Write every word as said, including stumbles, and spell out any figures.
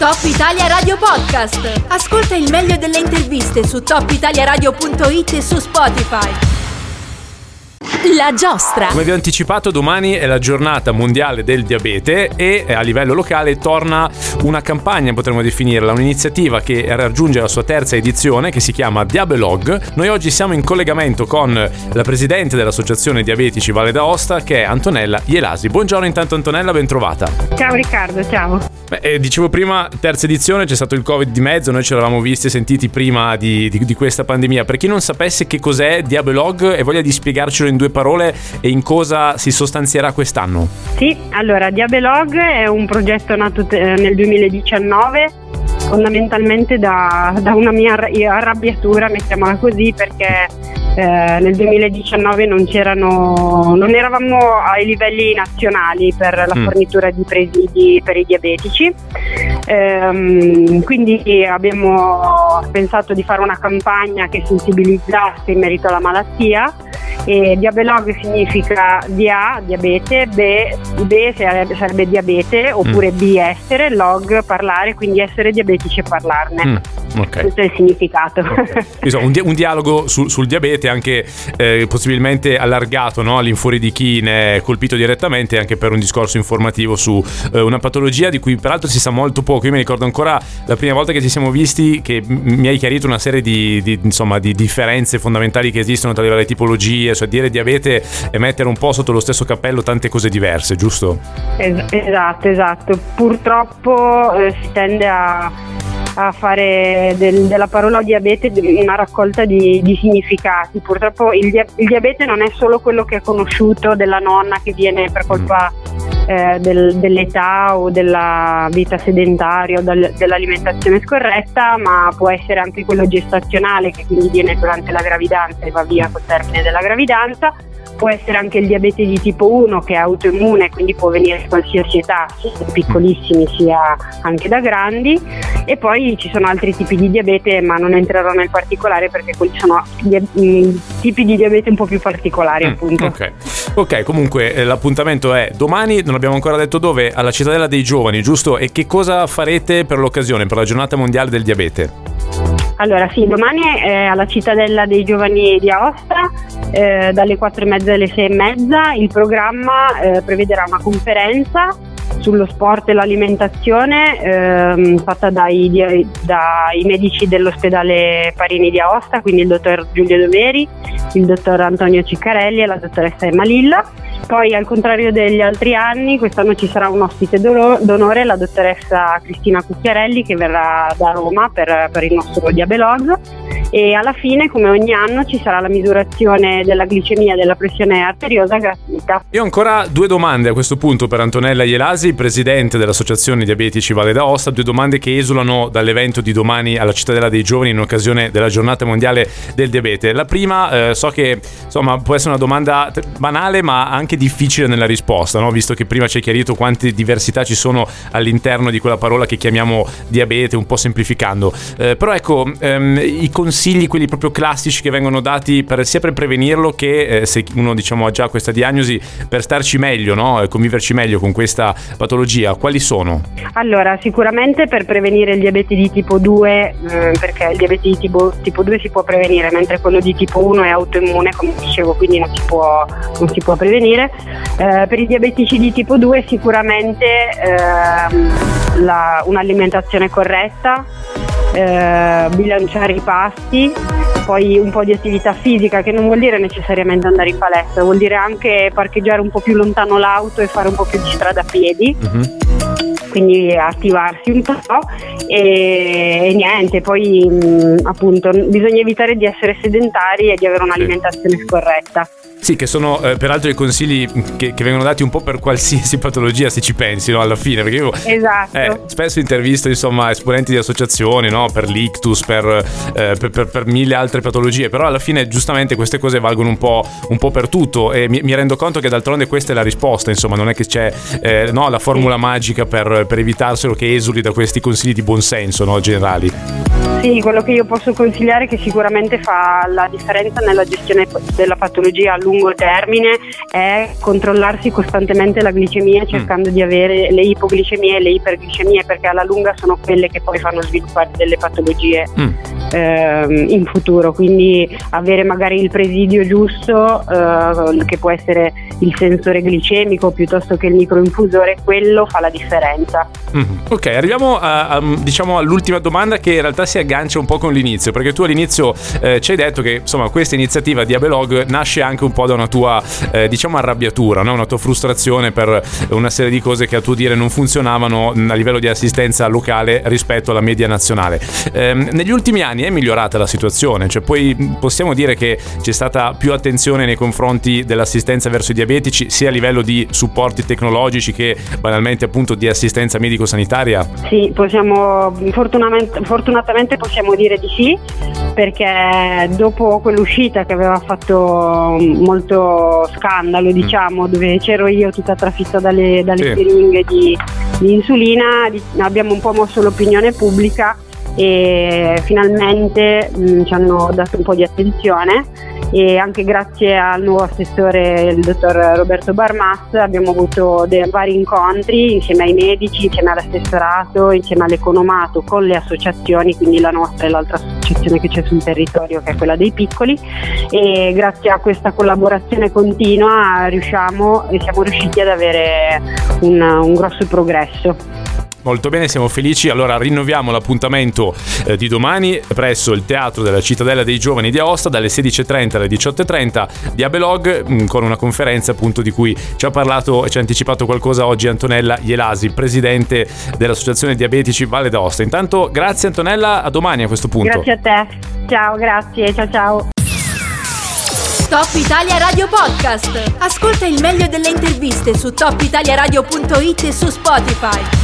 Top Italia Radio Podcast. Ascolta il meglio delle interviste su top italia radio punto it e su Spotify. La giostra. Come vi ho anticipato, domani è la giornata mondiale del diabete e a livello locale torna una campagna, potremmo definirla, un'iniziativa che raggiunge la sua terza edizione, che si chiama Diabelog. Noi oggi siamo in collegamento con la presidente dell'Associazione Diabetici Valle d'Aosta, che è Antonella Ielasi. Buongiorno intanto Antonella, ben trovata. Ciao Riccardo, ciao. Beh, eh, dicevo prima, terza edizione, c'è stato il Covid di mezzo, noi ci eravamo visti e sentiti prima di, di, di questa pandemia. Per chi non sapesse che cos'è Diabelog e voglia di spiegarcelo in due parole e in cosa si sostanzierà quest'anno. Sì, allora Diabelog è un progetto nato t- nel duemiladiciannove, fondamentalmente da, da una mia arrabbiatura, mettiamola così, perché eh, nel duemiladiciannove non c'erano, non eravamo ai livelli nazionali per la mm. fornitura di presidi per i diabetici. Ehm, quindi abbiamo pensato di fare una campagna che sensibilizzasse in merito alla malattia. E Diabelog significa D A, diabete, B, B sarebbe diabete, oppure mm. B essere, log parlare, quindi essere diabetici e parlarne. Mm. Okay. Questo è il significato. Okay. Insomma, un, di- un dialogo su- sul diabete anche eh, possibilmente allargato, no? All'infuori di chi ne è colpito direttamente, anche per un discorso informativo su eh, una patologia di cui peraltro si sa molto poco. Io mi ricordo ancora la prima volta che ci siamo visti che m- mi hai chiarito una serie di, di, insomma, di differenze fondamentali che esistono tra le varie tipologie, cioè dire diabete e mettere un po' sotto lo stesso cappello tante cose diverse, giusto? Es- esatto, esatto. Purtroppo eh, si tende a a fare del, della parola diabete una raccolta di, di significati. Purtroppo il, dia- il diabete non è solo quello che è conosciuto della nonna che viene per colpa eh, del, dell'età o della vita sedentaria o dal, dell'alimentazione scorretta, ma può essere anche quello gestazionale, che quindi viene durante la gravidanza e va via col termine della gravidanza. Può essere anche il diabete di tipo uno, che è autoimmune, quindi può venire a qualsiasi età, sia da piccolissimi sia anche da grandi. E poi ci sono altri tipi di diabete, ma non entrerò nel particolare perché quelli sono di- tipi di diabete un po' più particolari, mm, appunto. Ok, ok, comunque eh, l'appuntamento è domani, non abbiamo ancora detto dove, alla Cittadella dei Giovani, giusto? E che cosa farete per l'occasione, per la giornata mondiale del diabete? Allora sì, domani è alla Cittadella dei Giovani di Aosta, eh, dalle quattro e mezza alle sei e mezza. Il programma eh, prevederà una conferenza sullo sport e l'alimentazione ehm, fatta dai, dai, dai medici dell'ospedale Parini di Aosta, quindi il dottor Giulio Doveri, il dottor Antonio Ciccarelli e la dottoressa Emma Lilla. Poi, al contrario degli altri anni, quest'anno ci sarà un ospite d'onore, la dottoressa Cristina Cucchiarelli, che verrà da Roma per, per il nostro Diabelog. E alla fine, come ogni anno, ci sarà la misurazione della glicemia e della pressione arteriosa gratuita. Io ho ancora due domande a questo punto per Antonella Ielasi, presidente dell'Associazione Diabetici Valle d'Aosta, due domande che esulano dall'evento di domani alla Cittadella dei Giovani in occasione della giornata mondiale del diabete. La prima, eh, so che insomma può essere una domanda banale ma anche difficile nella risposta, no? Visto che prima ci hai chiarito quante diversità ci sono all'interno di quella parola che chiamiamo diabete, un po' semplificando. Eh, però ecco, ehm, i consigli, quelli proprio classici che vengono dati per, sia per prevenirlo che eh, se uno diciamo ha già questa diagnosi, per starci meglio, no? Conviverci meglio con questa patologia, quali sono? Allora, sicuramente per prevenire il diabete di tipo due, eh, perché il diabete di tipo, tipo due si può prevenire, mentre quello di tipo uno è autoimmune, come dicevo, quindi non si può, non si può prevenire. Eh, per i diabetici di tipo due sicuramente eh, la, un'alimentazione corretta, eh, bilanciare i pasti, poi un po' di attività fisica, che non vuol dire necessariamente andare in palestra, vuol dire anche parcheggiare un po' più lontano l'auto e fare un po' più di strada a piedi. Mm-hmm. Quindi attivarsi un po' e, e niente, poi mh, appunto bisogna evitare di essere sedentari e di avere un'alimentazione scorretta. Sì, che sono eh, peraltro i consigli che, che vengono dati un po' per qualsiasi patologia, se ci pensi, no, alla fine, perché io esatto. eh, spesso intervisto insomma esponenti di associazioni, no, per l'ictus, per, eh, per, per, per mille altre patologie, però alla fine giustamente queste cose valgono un po', un po' per tutto e mi, mi rendo conto che d'altronde questa è la risposta, insomma, non è che c'è eh, no, la formula magica per, per evitarselo, che esuli da questi consigli di buonsenso, no, generali. Sì, quello che io posso consigliare, che sicuramente fa la differenza nella gestione della patologia a lungo lungo termine è controllarsi costantemente la glicemia, cercando mm. di avere le ipoglicemie e le iperglicemie, perché alla lunga sono quelle che poi fanno sviluppare delle patologie mm. ehm, in futuro. Quindi avere magari il presidio giusto, eh, che può essere il sensore glicemico piuttosto che il microinfusore, quello fa la differenza. Mm. Ok, arriviamo a, a, diciamo all'ultima domanda, che in realtà si aggancia un po' con l'inizio, perché tu all'inizio eh, ci hai detto che insomma questa iniziativa di Abelog nasce anche un po' da una tua eh, diciamo arrabbiatura, no? Una tua frustrazione per una serie di cose che a tuo dire non funzionavano a livello di assistenza locale rispetto alla media nazionale. Eh, negli ultimi anni è migliorata la situazione, cioè poi possiamo dire che c'è stata più attenzione nei confronti dell'assistenza verso i diabetici, sia a livello di supporti tecnologici che banalmente appunto di assistenza medico-sanitaria? Sì, possiamo fortunatamente, fortunatamente possiamo dire di sì, perché dopo quell'uscita che aveva fatto molto scandalo, diciamo, dove c'ero io tutta trafitta dalle, dalle sì. siringhe di, di insulina, di, abbiamo un po' mosso l'opinione pubblica e finalmente mh, ci hanno dato un po' di attenzione, e anche grazie al nuovo assessore, il dottor Roberto Barmas, abbiamo avuto dei vari incontri insieme ai medici, insieme all'assessorato, insieme all'economato, con le associazioni, quindi la nostra e l'altra associazione che c'è sul territorio, che è quella dei piccoli, e grazie a questa collaborazione continua riusciamo e siamo riusciti ad avere un, un grosso progresso. Molto bene, siamo felici. Allora rinnoviamo l'appuntamento eh, di domani presso il Teatro della Cittadella dei Giovani di Aosta dalle sedici e trenta alle diciotto e trenta di Abelog, mh, con una conferenza appunto di cui ci ha parlato e ci ha anticipato qualcosa oggi Antonella Ielasi, presidente dell'Associazione Diabetici Valle d'Aosta. Intanto grazie Antonella, a domani a questo punto. Grazie a te, ciao, grazie, ciao ciao. Top Italia Radio Podcast. Ascolta il meglio delle interviste su top italia radio punto it e su Spotify.